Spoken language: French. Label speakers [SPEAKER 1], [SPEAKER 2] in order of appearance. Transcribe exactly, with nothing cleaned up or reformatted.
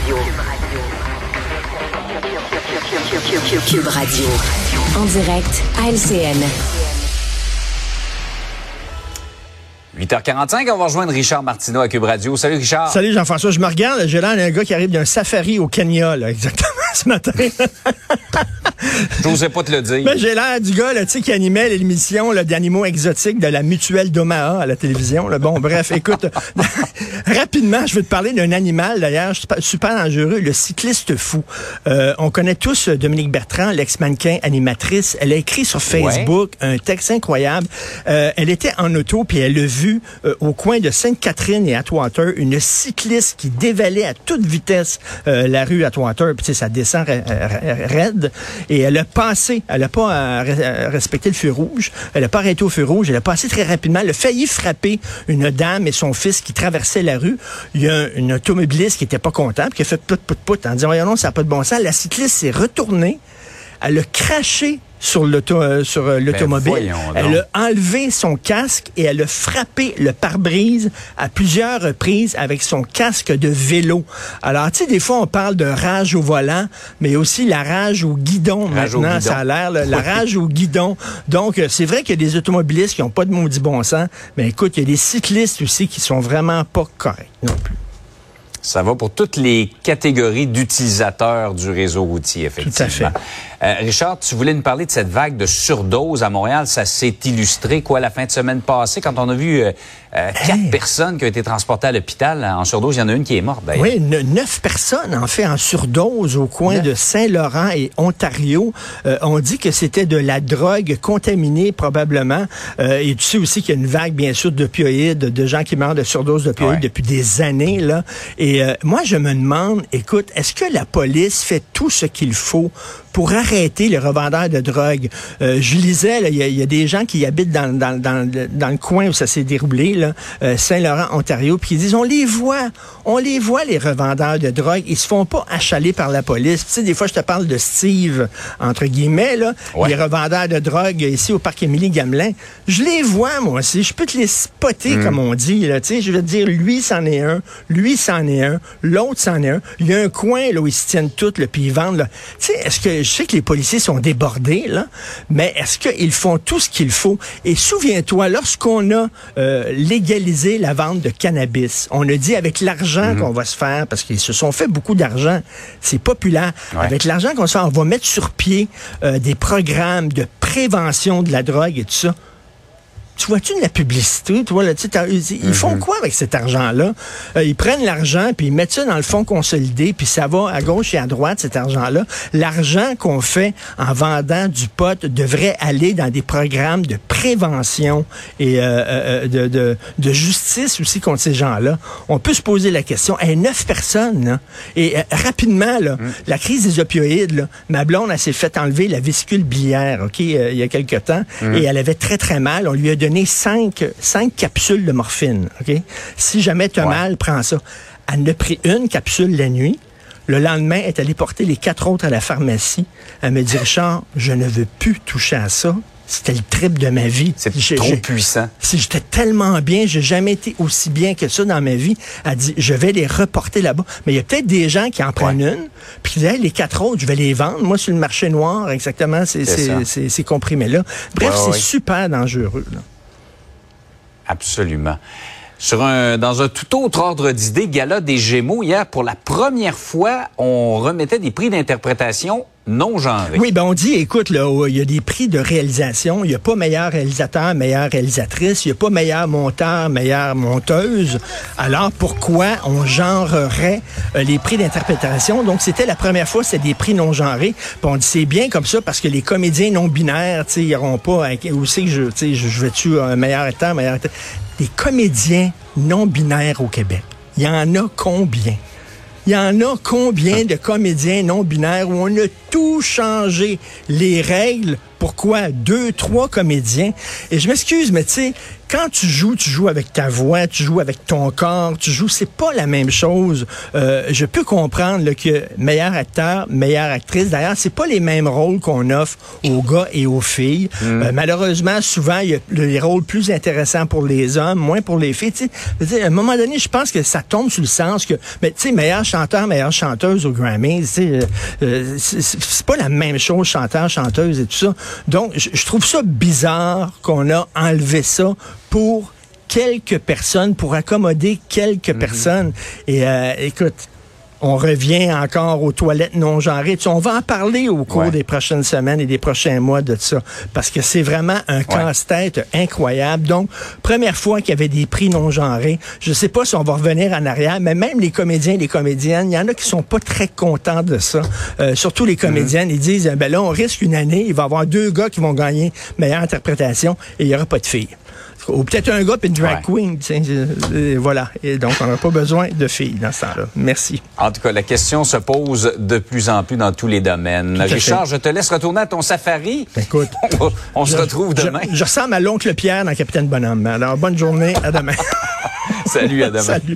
[SPEAKER 1] Cube Radio. En direct à L C N.
[SPEAKER 2] huit heures quarante-cinq, on va rejoindre Richard Martineau à Cube Radio. Salut Richard.
[SPEAKER 3] Salut Jean-François, je me regarde, j'ai l'air d'un gars qui arrive d'un safari au Kenya, là, exactement, ce matin.
[SPEAKER 2] J'osais pas te le dire.
[SPEAKER 3] Ben, j'ai l'air du gars là, qui animait l'émission là, d'animaux exotiques de la mutuelle d'Omaha à la télévision. Là. Bon, bref, écoute, rapidement, je veux te parler d'un animal, d'ailleurs, super dangereux, le cycliste fou. Euh, on connaît tous Dominique Bertrand, l'ex-mannequin animatrice. Elle a écrit sur Facebook ouais. un texte incroyable. Euh, elle était en auto, puis elle a vu euh, au coin de Sainte-Catherine et Atwater une cycliste qui dévalait à toute vitesse euh, la rue Atwater, puis ça descend raide. Et elle a passé, elle n'a pas euh, respecté le feu rouge, elle n'a pas arrêté au feu rouge, elle a passé très rapidement, elle a failli frapper une dame et son fils qui traversaient la rue. Il y a une automobiliste qui était pas content, qui a fait pout pout pout en disant voyons non, ça n'a pas de bon sens. La cycliste s'est retournée, elle a craché sur l'auto, euh, sur euh, l'automobile. Ben elle a enlevé son casque et elle a frappé le pare-brise à plusieurs reprises avec son casque de vélo. Alors, tu sais, des fois, on parle de rage au volant, mais aussi la rage au guidon. Rage maintenant, au guidon. Ça a l'air, là, la rage au guidon. Donc, euh, c'est vrai qu'il y a des automobilistes qui n'ont pas de maudit bon sens, mais écoute, il y a des cyclistes aussi qui sont vraiment pas corrects non plus.
[SPEAKER 2] Ça va pour toutes les catégories d'utilisateurs du réseau routier, effectivement.
[SPEAKER 3] Tout à fait.
[SPEAKER 2] Euh, Richard, tu voulais nous parler de cette vague de surdose à Montréal. Ça s'est illustré, quoi, la fin de semaine passée, quand on a vu euh, euh, quatre hey. personnes qui ont été transportées à l'hôpital en surdose. Il y en a une qui est morte, d'ailleurs.
[SPEAKER 3] Oui, neuf personnes, en fait, en surdose au coin neuf. de Saint-Laurent et Ontario. Euh, on dit que c'était de la drogue contaminée, probablement. Euh, et tu sais aussi qu'il y a une vague, bien sûr, d'opioïdes, de gens qui meurent de surdose d'opioïdes ouais. depuis des années, là. Et euh, moi, je me demande, écoute, est-ce que la police fait tout ce qu'il faut pour arrêter les revendeurs de drogue? Euh, je lisais, il y, y a des gens qui habitent dans, dans, dans, dans le coin où ça s'est déroulé, là, euh, Saint-Laurent, Ontario, puis ils disent, on les voit, on les voit, les revendeurs de drogue, ils se font pas achaler par la police. Tu sais, des fois, je te parle de Steve, entre guillemets, là, ouais. les revendeurs de drogue ici au parc Émilie-Gamelin. Je les vois, moi aussi. Je peux te les spotter, mm. comme on dit, là. Tu sais, je veux te dire, lui, c'en est un, lui, c'en est un, l'autre, c'en est un. Il y a un coin, là, où ils se tiennent tous, là, puis ils vendent, là. Tu sais, est-ce que je sais que les policiers sont débordés, là, mais est-ce qu'ils font tout ce qu'il faut? Et souviens-toi, lorsqu'on a euh, légalisé la vente de cannabis, on a dit avec l'argent mm-hmm. qu'on va se faire, parce qu'ils se sont fait beaucoup d'argent, c'est populaire, ouais. avec l'argent qu'on se fait, on va mettre sur pied euh, des programmes de prévention de la drogue et tout ça. Tu vois-tu de la publicité, toi, là, tu sais, ils mm-hmm. font quoi avec cet argent-là? Euh, ils prennent l'argent, puis ils mettent ça dans le fonds consolidé, puis ça va à gauche et à droite, cet argent-là. L'argent qu'on fait en vendant du pot devrait aller dans des programmes de prévention et euh, euh, de, de, de justice aussi contre ces gens-là. On peut se poser la question, hey, neuf personnes, là, et euh, rapidement, là, mm. la crise des opioïdes, là, ma blonde, elle s'est fait enlever la vésicule biliaire, OK, euh, il y a quelque temps, mm. et elle avait très, très mal. On lui a donné cinq, cinq capsules de morphine. OK? Si jamais tu as ouais. mal, prends ça. Elle en a pris une capsule la nuit. Le lendemain, elle est allée porter les quatre autres à la pharmacie. Elle me dit, Richard, je ne veux plus toucher à ça. C'était le trip de ma vie.
[SPEAKER 2] C'est
[SPEAKER 3] j'ai,
[SPEAKER 2] trop
[SPEAKER 3] j'ai,
[SPEAKER 2] puissant.
[SPEAKER 3] Si j'étais tellement bien, j'ai jamais été aussi bien que ça dans ma vie. Elle dit, je vais les reporter là-bas. Mais il y a peut-être des gens qui en prennent ouais. une, puis qui disent, hey, les quatre autres, je vais les vendre. Moi, sur le marché noir, exactement, c'est, c'est, c'est, c'est, ces comprimés-là. Bref, ouais, c'est ouais. super dangereux, là.
[SPEAKER 2] Absolument. Sur un, dans un tout autre ordre d'idée, Gala des Gémeaux, hier, pour la première fois, on remettait des prix d'interprétation non genrés.
[SPEAKER 3] Oui, ben on dit, écoute, là, il y a des prix de réalisation, il n'y a pas meilleur réalisateur, meilleure réalisatrice, il n'y a pas meilleur monteur, meilleure monteuse. Alors, pourquoi on genrerait euh, les prix d'interprétation? Donc, c'était la première fois, c'était des prix non genrés. Puis on dit, c'est bien comme ça, parce que les comédiens non binaires, tu sais, ils n'auront pas, où c'est que je, tu sais, je, je vais-tu un meilleur acteur, meilleur acteur? Des comédiens non binaires au Québec. Il y en a combien? Il y en a combien de comédiens non binaires où on a tout changer les règles. Pourquoi deux, trois comédiens? Et je m'excuse, mais tu sais, quand tu joues, tu joues avec ta voix, tu joues avec ton corps, tu joues, c'est pas la même chose. Euh, je peux comprendre là, que meilleur acteur, meilleure actrice, d'ailleurs, c'est pas les mêmes rôles qu'on offre aux gars et aux filles. Mm. Euh, malheureusement, souvent, il y a les rôles plus intéressants pour les hommes, moins pour les filles. Tu sais, à un moment donné, je pense que ça tombe sur le sens que, mais tu sais, meilleur chanteur, meilleure chanteuse aux Grammys, tu sais, euh, c'est, c'est pas la même chose, chanteur, chanteuse et tout ça. Donc, je, je trouve ça bizarre qu'on a enlevé ça pour quelques personnes, pour accommoder quelques mm-hmm. personnes. Et euh, écoute, on revient encore aux toilettes non-genrées. Tu sais, on va en parler au cours ouais. des prochaines semaines et des prochains mois de ça, parce que c'est vraiment un ouais. casse-tête incroyable. Donc, première fois qu'il y avait des prix non-genrés. Je sais pas si on va revenir en arrière, mais même les comédiens et les comédiennes, il y en a qui sont pas très contents de ça. Euh, surtout les comédiennes, mmh. ils disent, ben là, on risque une année, il va y avoir deux gars qui vont gagner meilleure interprétation et il y aura pas de filles. Ou peut-être un gars et une drag ouais. queen. Tu sais, et voilà. Et donc, on n'a pas besoin de filles dans ce temps-là. Merci.
[SPEAKER 2] En tout cas, la question se pose de plus en plus dans tous les domaines. Richard, je te laisse retourner à ton safari.
[SPEAKER 3] Écoute,
[SPEAKER 2] on, on je, se retrouve demain.
[SPEAKER 3] Je, je ressemble à l'oncle Pierre dans Capitaine Bonhomme. Alors, bonne journée. À demain.
[SPEAKER 2] Salut, à demain.
[SPEAKER 3] Salut.